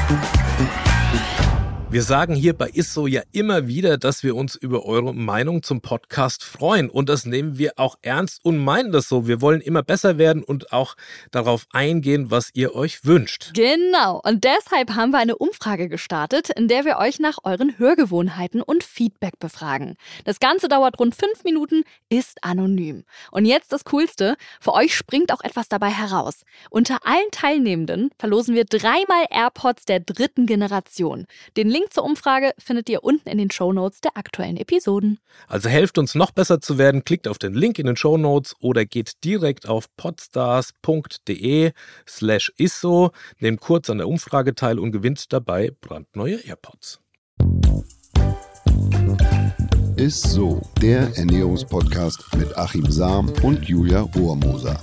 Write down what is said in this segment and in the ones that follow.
Wir sagen hier bei ISSO ja immer wieder, dass wir uns über eure Meinung zum Podcast freuen. Und das nehmen wir auch ernst und meinen das so. Wir wollen immer besser werden und auch darauf eingehen, was ihr euch wünscht. Genau. Und deshalb haben wir eine Umfrage gestartet, in der wir euch nach euren Hörgewohnheiten und Feedback befragen. Das Ganze dauert rund 5 Minuten, ist anonym. Und jetzt das Coolste, für euch springt auch etwas dabei heraus. Unter allen Teilnehmenden verlosen wir 3-mal AirPods der 3. Generation. Den Link zur Umfrage findet ihr unten in den Shownotes der aktuellen Episoden. Also helft uns noch besser zu werden, klickt auf den Link in den Shownotes oder geht direkt auf podstars.de/isso, nehmt kurz an der Umfrage teil und gewinnt dabei brandneue AirPods. Ist so, der Ernährungspodcast mit Achim Sam und Julia Rohrmoser.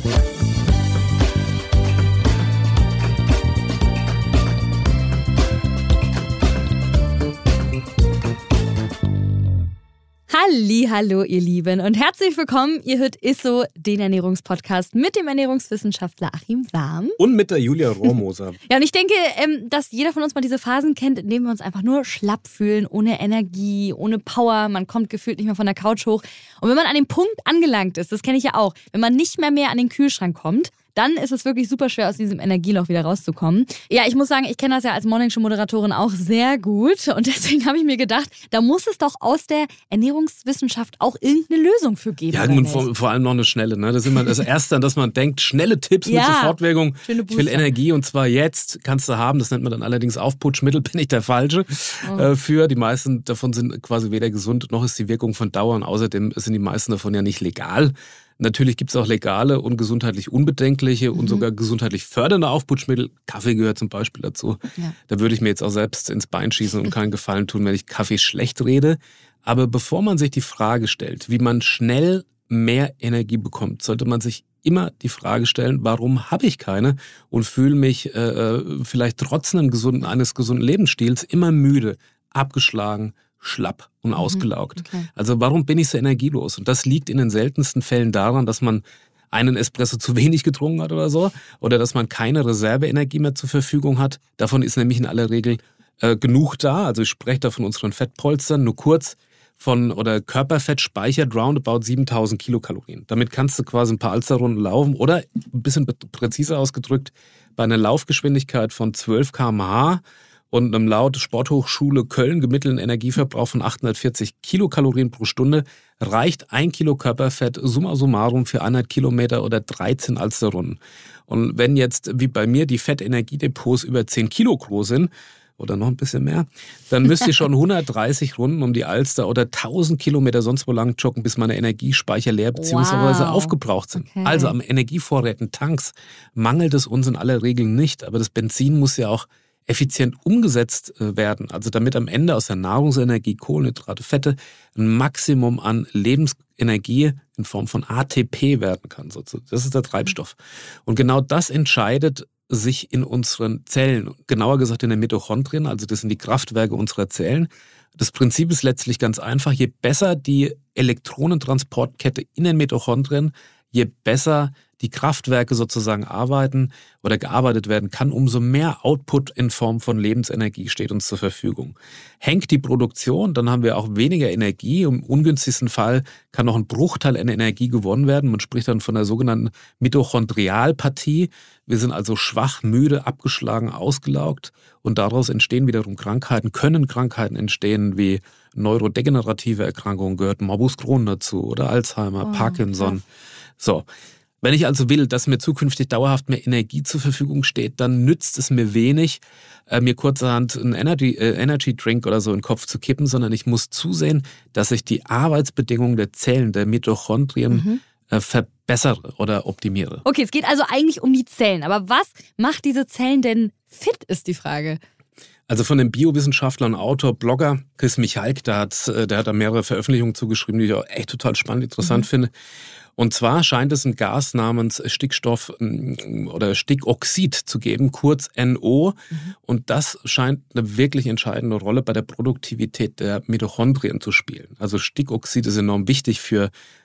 Hallihallo, ihr Lieben, und herzlich willkommen. Ihr hört ISSO, den Ernährungspodcast mit dem Ernährungswissenschaftler Achim Sam. Und mit der Julia Rohrmoser. Ja, und ich denke, dass jeder von uns mal diese Phasen kennt, in denen wir uns einfach nur schlapp fühlen, ohne Energie, ohne Power. Man kommt gefühlt nicht mehr von der Couch hoch. Und wenn man an dem Punkt angelangt ist, das kenne ich ja auch, wenn man nicht mehr an den Kühlschrank kommt, dann ist es wirklich super schwer, aus diesem Energieloch wieder rauszukommen. Ja, ich muss sagen, ich kenne das ja als Morningshow-Moderatorin auch sehr gut. Und deswegen habe ich mir gedacht, da muss es doch aus der Ernährungswissenschaft auch irgendeine Lösung für geben. Ja, und vor allem noch eine schnelle. Ne? Das ist immer das Erste, an das man denkt. Schnelle Tipps mit Sofortwirkung. Ich will Energie und zwar jetzt. Kannst du haben. Das nennt man dann allerdings Aufputschmittel. Bin ich der Falsche für. Die meisten davon sind quasi weder gesund, noch ist die Wirkung von Dauer. Und außerdem sind die meisten davon ja nicht legal. Natürlich gibt es auch legale und gesundheitlich unbedenkliche und sogar gesundheitlich fördernde Aufputschmittel. Kaffee gehört zum Beispiel dazu. Ja. Da würde ich mir jetzt auch selbst ins Bein schießen und keinen Gefallen tun, wenn ich Kaffee schlecht rede. Aber bevor man sich die Frage stellt, wie man schnell mehr Energie bekommt, sollte man sich immer die Frage stellen, warum habe ich keine und fühle mich vielleicht trotz eines gesunden Lebensstils immer müde, abgeschlagen, schlapp und ausgelaugt. Okay. Also warum bin ich so energielos? Und das liegt in den seltensten Fällen daran, dass man einen Espresso zu wenig getrunken hat oder so, oder dass man keine Reserveenergie mehr zur Verfügung hat. Davon ist nämlich in aller Regel genug da. Also ich spreche da von unseren Fettpolstern, nur kurz oder Körperfett speichert roundabout 7000 Kilokalorien. Damit kannst du quasi ein paar Alsterrunden laufen oder ein bisschen präziser ausgedrückt, bei einer Laufgeschwindigkeit von 12 km/h und einem laut Sporthochschule Köln gemittelten Energieverbrauch von 840 Kilokalorien pro Stunde reicht 1 Kilo Körperfett summa summarum für 100 Kilometer oder 13 Alsterrunden. Und wenn jetzt, wie bei mir, die Fettenergiedepots über 10 Kilo groß sind, oder noch ein bisschen mehr, dann müsst ihr schon 130 Runden um die Alster oder 1000 Kilometer sonst wo lang joggen, bis meine Energiespeicher leer bzw. aufgebraucht sind. Okay. Also am Energievorräten, Tanks, mangelt es uns in aller Regel nicht. Aber das Benzin muss ja auch effizient umgesetzt werden. Also damit am Ende aus der Nahrungsenergie, Kohlenhydrate, Fette ein Maximum an Lebensenergie in Form von ATP werden kann. Das ist der Treibstoff. Und genau das entscheidet sich in unseren Zellen, genauer gesagt in den Mitochondrien, also das sind die Kraftwerke unserer Zellen. Das Prinzip ist letztlich ganz einfach. Je besser die Elektronentransportkette in den Mitochondrien, je besser die Kraftwerke sozusagen arbeiten oder gearbeitet werden kann, umso mehr Output in Form von Lebensenergie steht uns zur Verfügung. Hängt die Produktion, dann haben wir auch weniger Energie. Im ungünstigsten Fall kann noch ein Bruchteil an Energie gewonnen werden. Man spricht dann von der sogenannten Mitochondrialpathie. Wir sind also schwach, müde, abgeschlagen, ausgelaugt und daraus entstehen wiederum Krankheiten, können Krankheiten entstehen wie neurodegenerative Erkrankungen, gehört Morbus Crohn dazu oder Alzheimer, Parkinson. So. Wenn ich also will, dass mir zukünftig dauerhaft mehr Energie zur Verfügung steht, dann nützt es mir wenig, mir kurzerhand einen Energy Drink oder so in den Kopf zu kippen, sondern ich muss zusehen, dass ich die Arbeitsbedingungen der Zellen, der Mitochondrien verbessere oder optimiere. Okay, es geht also eigentlich um die Zellen. Aber was macht diese Zellen denn fit, ist die Frage. Also von dem Biowissenschaftler und Autor, Blogger Chris Michalk, der hat da mehrere Veröffentlichungen zugeschrieben, die ich auch echt total spannend, interessant finde. Und zwar scheint es ein Gas namens Stickstoff oder Stickoxid zu geben, kurz NO. Und das scheint eine wirklich entscheidende Rolle bei der Produktivität der Mitochondrien zu spielen. Also Stickoxid ist enorm wichtig für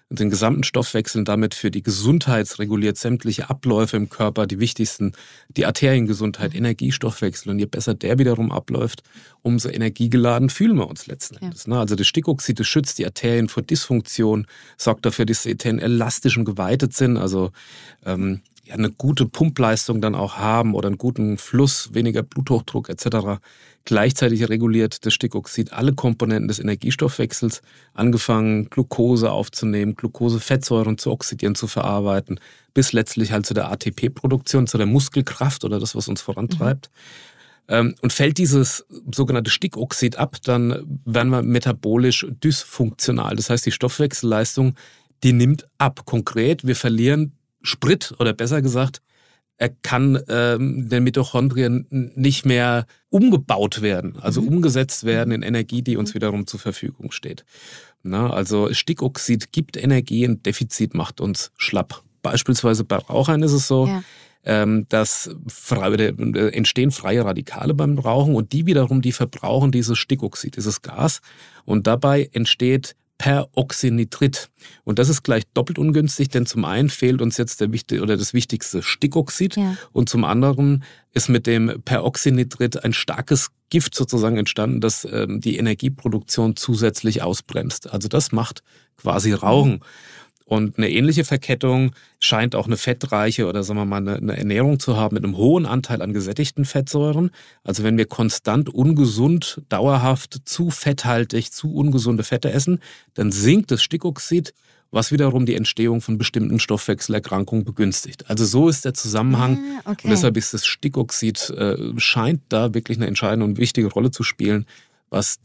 den gesamten Stoffwechsel und damit für die Gesundheit reguliert sämtliche Abläufe im Körper, die wichtigsten, die Arteriengesundheit, Energiestoffwechsel. Und je besser der wiederum abläuft, umso energiegeladen fühlen wir uns letzten Endes. Also das Stickoxid, das schützt die Arterien vor Dysfunktion, sorgt dafür, dass die Arterien elastisch und geweitet sind, also eine gute Pumpleistung dann auch haben oder einen guten Fluss, weniger Bluthochdruck etc. Gleichzeitig reguliert das Stickoxid alle Komponenten des Energiestoffwechsels, angefangen Glucose aufzunehmen, Glucose-Fettsäuren zu oxidieren, zu verarbeiten, bis letztlich halt zu der ATP-Produktion, zu der Muskelkraft oder das, was uns vorantreibt. Und fällt dieses sogenannte Stickoxid ab, dann werden wir metabolisch dysfunktional. Das heißt, die Stoffwechselleistung, die nimmt ab. Konkret, wir verlieren Sprit oder besser gesagt, er kann den Mitochondrien nicht mehr umgebaut werden, also umgesetzt werden in Energie, die uns wiederum zur Verfügung steht. Also Stickoxid gibt Energie, ein Defizit macht uns schlapp. Beispielsweise bei Rauchern ist es so, dass entstehen freie Radikale beim Rauchen und die wiederum, die verbrauchen dieses Stickoxid, dieses Gas und dabei entsteht Peroxynitrit. Und das ist gleich doppelt ungünstig, denn zum einen fehlt uns jetzt das wichtigste Stickoxid und zum anderen ist mit dem Peroxynitrit ein starkes Gift sozusagen entstanden, das die Energieproduktion zusätzlich ausbremst. Also das macht quasi Rauchen. Und eine ähnliche Verkettung scheint auch eine fettreiche oder sagen wir mal eine Ernährung zu haben mit einem hohen Anteil an gesättigten Fettsäuren. Also wenn wir konstant ungesund, dauerhaft, zu fetthaltig, zu ungesunde Fette essen, dann sinkt das Stickoxid, was wiederum die Entstehung von bestimmten Stoffwechselerkrankungen begünstigt. Also so ist der Zusammenhang. Und deshalb ist das Stickoxid, scheint da wirklich eine entscheidende und wichtige Rolle zu spielen, was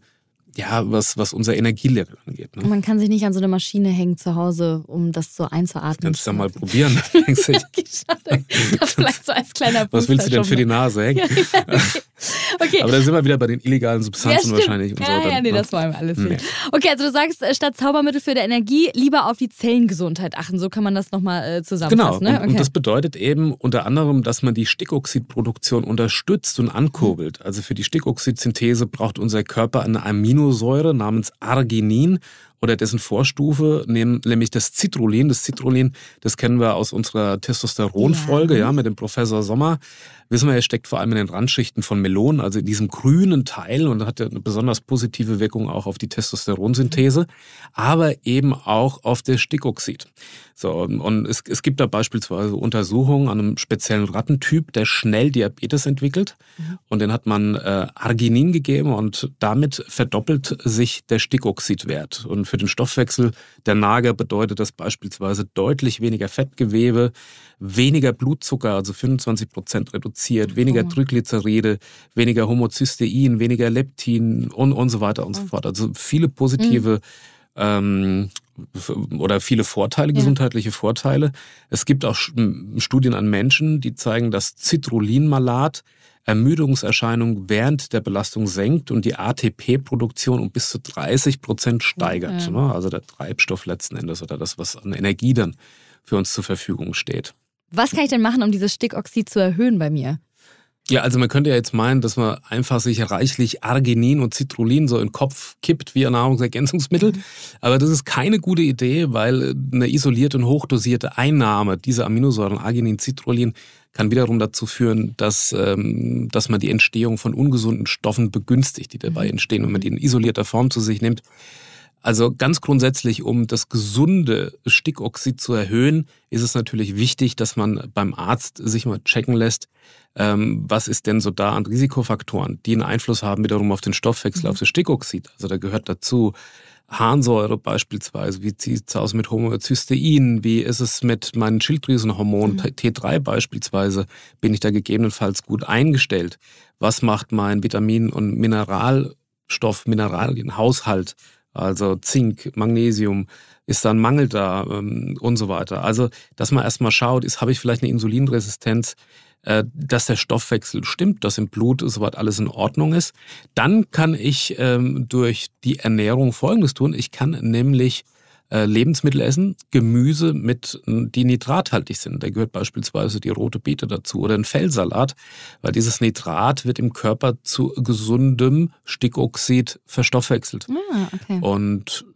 unser Energielevel angeht. Man kann sich nicht an so eine Maschine hängen zu Hause, um das so einzuatmen. Kannst du ja mal probieren. Vielleicht so als kleiner Booster. Was willst du denn für die Nase hängen? Okay. Aber da sind wir wieder bei den illegalen Substanzen wahrscheinlich. Und so. Das wollen wir alles nicht. Okay, also du sagst, statt Zaubermittel für die Energie lieber auf die Zellengesundheit achten. So kann man das nochmal zusammenfassen. Genau, und das bedeutet eben unter anderem, dass man die Stickoxidproduktion unterstützt und ankurbelt. Also für die Stickoxidsynthese braucht unser Körper eine Aminosäure namens Arginin oder dessen Vorstufe, nämlich das Citrullin. Das Citrullin, das kennen wir aus unserer Testosteron-Folge, mit dem Professor Sommer. Wissen wir, er steckt vor allem in den Randschichten von Melonen, also in diesem grünen Teil und hat ja eine besonders positive Wirkung auch auf die Testosteronsynthese, aber eben auch auf das Stickoxid. So, und es gibt da beispielsweise Untersuchungen an einem speziellen Rattentyp, der schnell Diabetes entwickelt und den hat man Arginin gegeben und damit verdoppelt sich der Stickoxidwert. Und für den Stoffwechsel der Nager bedeutet das beispielsweise deutlich weniger Fettgewebe, weniger Blutzucker, also 25% reduziert, weniger Triglyceride, weniger Homozystein, weniger Leptin und so weiter und so fort. Also viele positive oder viele Vorteile, gesundheitliche Vorteile. Es gibt auch Studien an Menschen, die zeigen, dass Citrullin-Malat Ermüdungserscheinungen während der Belastung senkt und die ATP-Produktion um bis zu 30% steigert. Also der Treibstoff letzten Endes oder das, was an Energie dann für uns zur Verfügung steht. Was kann ich denn machen, um dieses Stickoxid zu erhöhen bei mir? Ja, also man könnte ja jetzt meinen, dass man einfach sich reichlich Arginin und Citrullin so in den Kopf kippt wie ein Nahrungsergänzungsmittel. Aber das ist keine gute Idee, weil eine isolierte und hochdosierte Einnahme dieser Aminosäuren Arginin, Citrullin kann wiederum dazu führen, dass man die Entstehung von ungesunden Stoffen begünstigt, die dabei entstehen, wenn man die in isolierter Form zu sich nimmt. Also ganz grundsätzlich, um das gesunde Stickoxid zu erhöhen, ist es natürlich wichtig, dass man beim Arzt sich mal checken lässt, was ist denn so da an Risikofaktoren, die einen Einfluss haben wiederum auf den Stoffwechsel, auf das Stickoxid. Also da gehört dazu Harnsäure beispielsweise, wie sieht es aus mit Homozystein, wie ist es mit meinen Schilddrüsenhormonen, T3 beispielsweise, bin ich da gegebenenfalls gut eingestellt? Was macht mein Vitamin- und Mineralienhaushalt? Also Zink, Magnesium, ist da ein Mangel da und so weiter. Also, dass man erstmal schaut, habe ich vielleicht eine Insulinresistenz, dass der Stoffwechsel stimmt, dass im Blut soweit alles in Ordnung ist. Dann kann ich durch die Ernährung Folgendes tun. Ich kann nämlich Lebensmittel essen, Gemüse, die nitrathaltig sind. Da gehört beispielsweise die rote Beete dazu oder ein Feldsalat, weil dieses Nitrat wird im Körper zu gesundem Stickoxid verstoffwechselt. Und ja,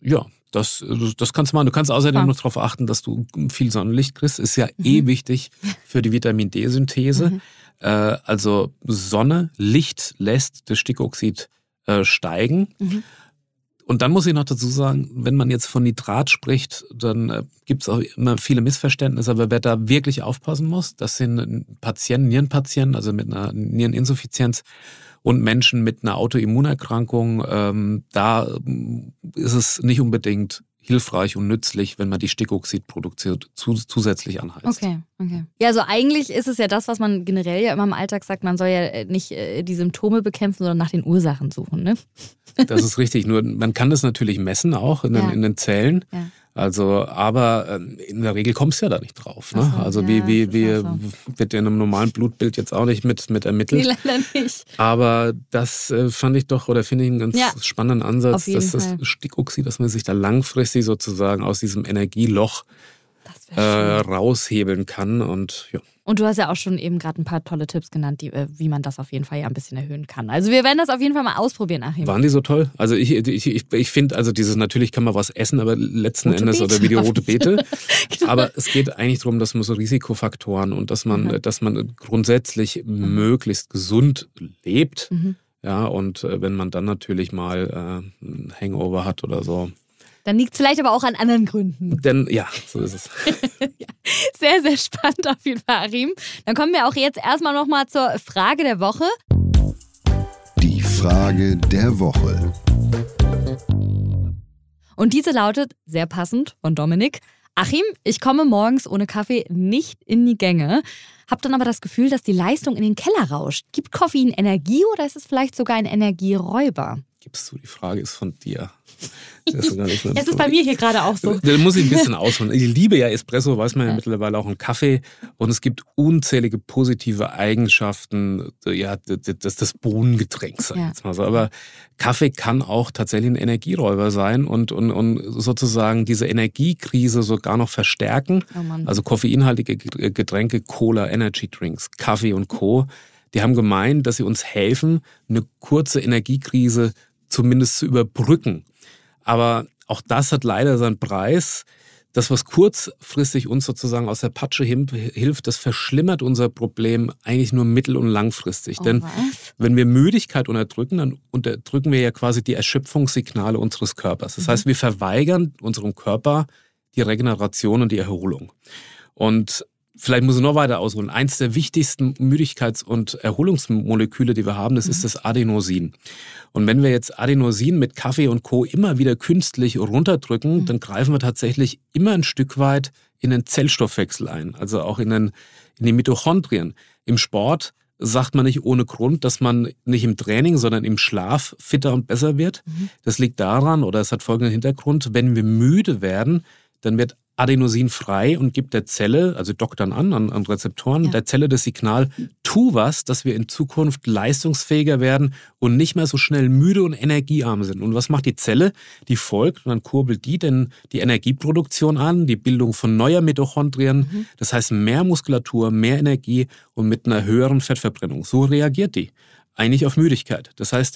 Das kannst du machen. Du kannst außerdem noch darauf achten, dass du viel Sonnenlicht kriegst. Ist ja wichtig für die Vitamin D-Synthese. Also Sonne, Licht lässt das Stickoxid steigen. Und dann muss ich noch dazu sagen, wenn man jetzt von Nitrat spricht, dann gibt es auch immer viele Missverständnisse. Aber wer da wirklich aufpassen muss, das sind Nierenpatienten, also mit einer Niereninsuffizienz und Menschen mit einer Autoimmunerkrankung. Da ist es nicht unbedingt hilfreich und nützlich, wenn man die Stickoxidproduktion zusätzlich anheizt. Okay. Ja, also eigentlich ist es ja das, was man generell ja immer im Alltag sagt, man soll ja nicht die Symptome bekämpfen, sondern nach den Ursachen suchen, ne? Das ist richtig, nur man kann das natürlich messen auch in den Zellen. Ja. Also, aber in der Regel kommst du ja da nicht drauf. Ne? Also wie wird in einem normalen Blutbild jetzt auch nicht mit ermittelt. Nee, leider nicht. Aber das finde ich einen ganz spannenden Ansatz, dass das Stickoxid, dass man sich da langfristig sozusagen aus diesem Energieloch raushebeln kann. Und du hast ja auch schon eben gerade ein paar tolle Tipps genannt, wie man das auf jeden Fall ja ein bisschen erhöhen kann. Also wir werden das auf jeden Fall mal ausprobieren, Achim. Waren die so toll? Also ich finde, also natürlich kann man was essen, aber letzten Endes, oder wie die rote Beete. Genau. Aber es geht eigentlich darum, dass man so Risikofaktoren und dass man grundsätzlich möglichst gesund lebt. Ja, und wenn man dann natürlich mal ein Hangover hat oder so. Dann liegt es vielleicht aber auch an anderen Gründen. Denn ja, so ist es. Ja, sehr, sehr spannend auf jeden Fall, Achim. Dann kommen wir auch jetzt erstmal nochmal zur Frage der Woche. Die Frage der Woche. Und diese lautet, sehr passend von Dominik: Achim, ich komme morgens ohne Kaffee nicht in die Gänge, hab dann aber das Gefühl, dass die Leistung in den Keller rauscht. Gibt Koffein Energie oder ist es vielleicht sogar ein Energieräuber? Gibst du, die Frage ist von dir. Das ist es ist bei mir hier gerade auch so. Da muss ich ein bisschen ausholen. Ich liebe ja Espresso, weiß man ja mittlerweile auch im Kaffee. Und es gibt unzählige positive Eigenschaften des Bohnengetränks, sag ich jetzt mal so. Aber Kaffee kann auch tatsächlich ein Energieräuber sein und sozusagen diese Energiekrise sogar noch verstärken. Oh Mann. Also koffeinhaltige Getränke, Cola, Energy Drinks, Kaffee und Co., die haben gemeint, dass sie uns helfen, eine kurze Energiekrise zumindest zu überbrücken. Aber auch das hat leider seinen Preis. Das, was kurzfristig uns sozusagen aus der Patsche hilft, das verschlimmert unser Problem eigentlich nur mittel- und langfristig. Denn wenn wir Müdigkeit unterdrücken, dann unterdrücken wir ja quasi die Erschöpfungssignale unseres Körpers. Das heißt, wir verweigern unserem Körper die Regeneration und die Erholung. Und vielleicht muss ich noch weiter ausholen. Eins der wichtigsten Müdigkeits- und Erholungsmoleküle, die wir haben, das ist das Adenosin. Und wenn wir jetzt Adenosin mit Kaffee und Co. immer wieder künstlich runterdrücken, dann greifen wir tatsächlich immer ein Stück weit in den Zellstoffwechsel ein, also auch in die Mitochondrien. Im Sport sagt man nicht ohne Grund, dass man nicht im Training, sondern im Schlaf fitter und besser wird. Das liegt daran, oder es hat folgenden Hintergrund: Wenn wir müde werden, dann wird Adenosin frei und gibt der Zelle, also dockt dann an Rezeptoren, der Zelle das Signal, tu was, dass wir in Zukunft leistungsfähiger werden und nicht mehr so schnell müde und energiearm sind. Und was macht die Zelle? Die folgt und dann kurbelt die Energieproduktion an, die Bildung von neuer Mitochondrien, das heißt mehr Muskulatur, mehr Energie und mit einer höheren Fettverbrennung. So reagiert die eigentlich auf Müdigkeit. Das heißt,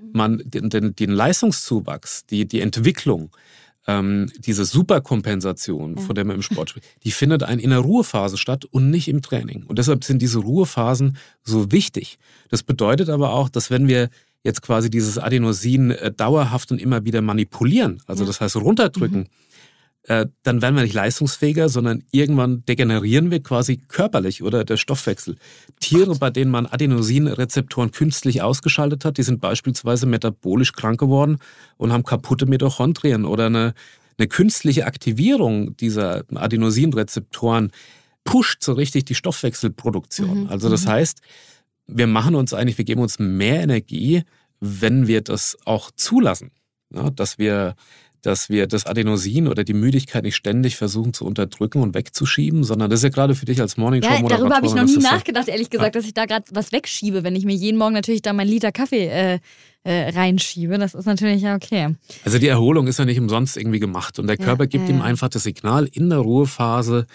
den Leistungszuwachs, die Entwicklung, diese Superkompensation, von der man im Sport spricht, die findet in der Ruhephase statt und nicht im Training. Und deshalb sind diese Ruhephasen so wichtig. Das bedeutet aber auch, dass wenn wir jetzt quasi dieses Adenosin dauerhaft und immer wieder manipulieren, also das heißt runterdrücken, dann werden wir nicht leistungsfähiger, sondern irgendwann degenerieren wir quasi körperlich oder der Stoffwechsel. Tiere, bei denen man Adenosinrezeptoren künstlich ausgeschaltet hat, die sind beispielsweise metabolisch krank geworden und haben kaputte Mitochondrien, oder eine künstliche Aktivierung dieser Adenosinrezeptoren pusht so richtig die Stoffwechselproduktion. Also das heißt, wir geben uns mehr Energie, wenn wir das auch zulassen, ja, dass wir das Adenosin oder die Müdigkeit nicht ständig versuchen zu unterdrücken und wegzuschieben, sondern das ist ja gerade für dich als Morningshow-Moderatorin. Ja, darüber habe ich noch nie nachgedacht, ehrlich gesagt, dass ich da gerade was wegschiebe, wenn ich mir jeden Morgen natürlich da meinen Liter Kaffee reinschiebe. Das ist natürlich ja okay. Also die Erholung ist ja nicht umsonst irgendwie gemacht und der Körper gibt ihm einfach das Signal, in der Ruhephase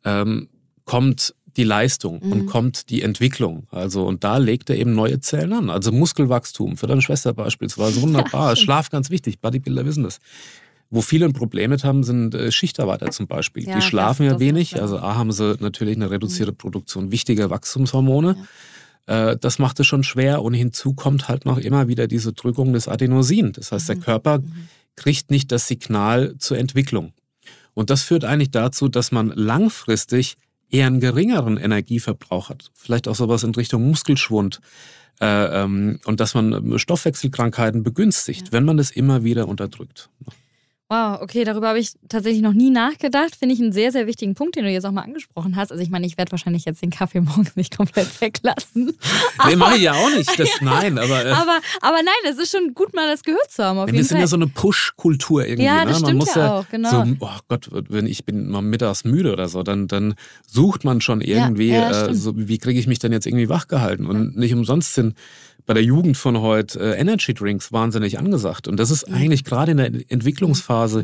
kommt die Leistung und kommt die Entwicklung. Also, und da legt er eben neue Zellen an. Also Muskelwachstum für deine Schwester beispielsweise. Wunderbar. Schlaf ganz wichtig. Bodybuilder wissen das. Wo viele ein Problem mit haben, sind Schichtarbeiter zum Beispiel. Die schlafen ja wenig. Also haben sie natürlich eine reduzierte Produktion wichtiger Wachstumshormone. Ja. Das macht es schon schwer. Und hinzu kommt halt noch immer wieder diese Drückung des Adenosin. Das heißt, der Körper kriegt nicht das Signal zur Entwicklung. Und das führt eigentlich dazu, dass man langfristig eher einen geringeren Energieverbrauch hat. Vielleicht auch sowas in Richtung Muskelschwund. Und dass man Stoffwechselkrankheiten begünstigt, wenn man das immer wieder unterdrückt. Wow, okay, darüber habe ich tatsächlich noch nie nachgedacht. Finde ich einen sehr, sehr wichtigen Punkt, den du jetzt auch mal angesprochen hast. Also ich meine, ich werde wahrscheinlich jetzt den Kaffee morgens nicht komplett weglassen. Nee, mache ich ja auch nicht. Nein, aber nein, es ist schon gut, mal das gehört zu haben. Wir sind ja so eine Push-Kultur irgendwie. Ja, das stimmt, man muss ja auch, genau. So, oh Gott, wenn ich bin mal mittags müde oder so, dann sucht man schon irgendwie, so, wie kriege ich mich denn jetzt irgendwie wachgehalten? Und nicht umsonst sind bei der Jugend von heute Energy Drinks wahnsinnig angesagt. Und das ist eigentlich gerade in der Entwicklungsphase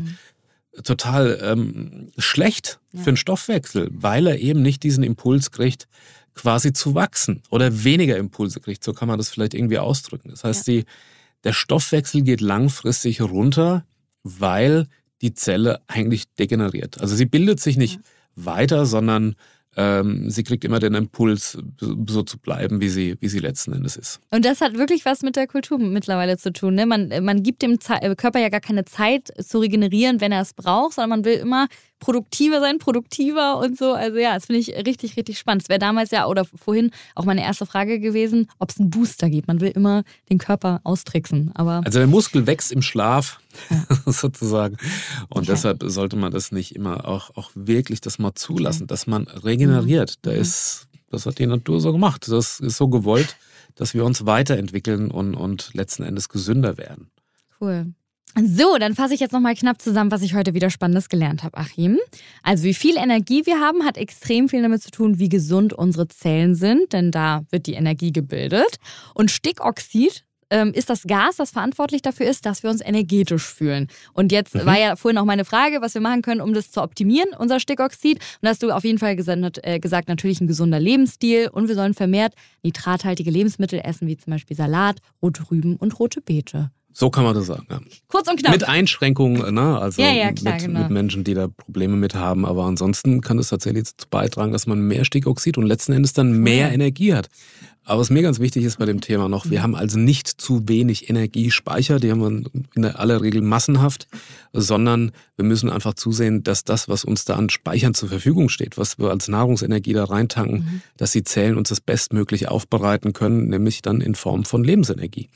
total schlecht für den Stoffwechsel, weil er eben nicht diesen Impuls kriegt, quasi zu wachsen oder weniger Impulse kriegt. So kann man das vielleicht irgendwie ausdrücken. Das heißt, der Stoffwechsel geht langfristig runter, weil die Zelle eigentlich degeneriert. Also sie bildet sich nicht weiter, sondern sie kriegt immer den Impuls, so zu bleiben, wie sie letzten Endes ist. Und das hat wirklich was mit der Kultur mittlerweile zu tun. Ne? Man gibt dem Körper ja gar keine Zeit zu regenerieren, wenn er es braucht, sondern man will immer produktiver sein, produktiver und so. Also ja, das finde ich richtig, richtig spannend. Es wäre damals oder vorhin auch meine erste Frage gewesen, ob es einen Booster gibt. Man will immer den Körper austricksen. Also der Muskel wächst im Schlaf, sozusagen. Und deshalb sollte man das nicht immer auch wirklich das mal zulassen, dass man regeneriert. Das hat die Natur so gemacht. Das ist so gewollt, dass wir uns weiterentwickeln und letzten Endes gesünder werden. Cool. So, dann fasse ich jetzt nochmal knapp zusammen, was ich heute wieder Spannendes gelernt habe, Achim. Also wie viel Energie wir haben, hat extrem viel damit zu tun, wie gesund unsere Zellen sind, denn da wird die Energie gebildet. Und Stickoxid ist das Gas, das verantwortlich dafür ist, dass wir uns energetisch fühlen. Und jetzt war ja vorhin auch meine Frage, was wir machen können, um das zu optimieren, unser Stickoxid. Und da hast du auf jeden Fall gesagt, natürlich ein gesunder Lebensstil und wir sollen vermehrt nitrathaltige Lebensmittel essen, wie zum Beispiel Salat, rote Rüben und rote Beete. So kann man das sagen, ja. Kurz und knapp. Mit Einschränkungen, ne? Also klar, mit Menschen, die da Probleme mit haben. Aber ansonsten kann es tatsächlich dazu beitragen, dass man mehr Stickoxid und letzten Endes dann mehr Energie hat. Aber was mir ganz wichtig ist bei dem Thema noch, wir haben also nicht zu wenig Energiespeicher, die haben wir in aller Regel massenhaft, sondern wir müssen einfach zusehen, dass das, was uns da an Speichern zur Verfügung steht, was wir als Nahrungsenergie da reintanken, dass die Zellen uns das bestmöglich aufbereiten können, nämlich dann in Form von Lebensenergie.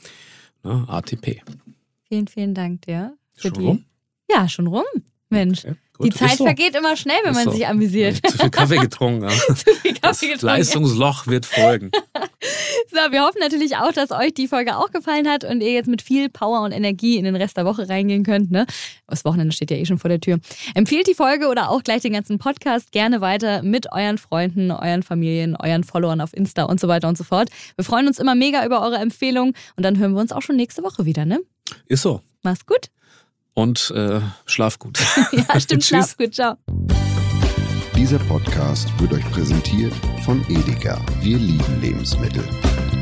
ATP. Vielen, vielen Dank dir. Schon rum? Ja, schon rum. Mensch, okay, die Zeit vergeht immer schnell, wenn man sich amüsiert. Zu viel Kaffee getrunken. Das Leistungsloch wird folgen. So, wir hoffen natürlich auch, dass euch die Folge auch gefallen hat und ihr jetzt mit viel Power und Energie in den Rest der Woche reingehen könnt. Ne? Das Wochenende steht ja eh schon vor der Tür. Empfehlt die Folge oder auch gleich den ganzen Podcast gerne weiter mit euren Freunden, euren Familien, euren Followern auf Insta und so weiter und so fort. Wir freuen uns immer mega über eure Empfehlungen und dann hören wir uns auch schon nächste Woche wieder, ne? Ist so. Mach's gut. Und schlaf gut. Ja, stimmt, schlaf gut. Ciao. Dieser Podcast wird euch präsentiert von Edeka. Wir lieben Lebensmittel.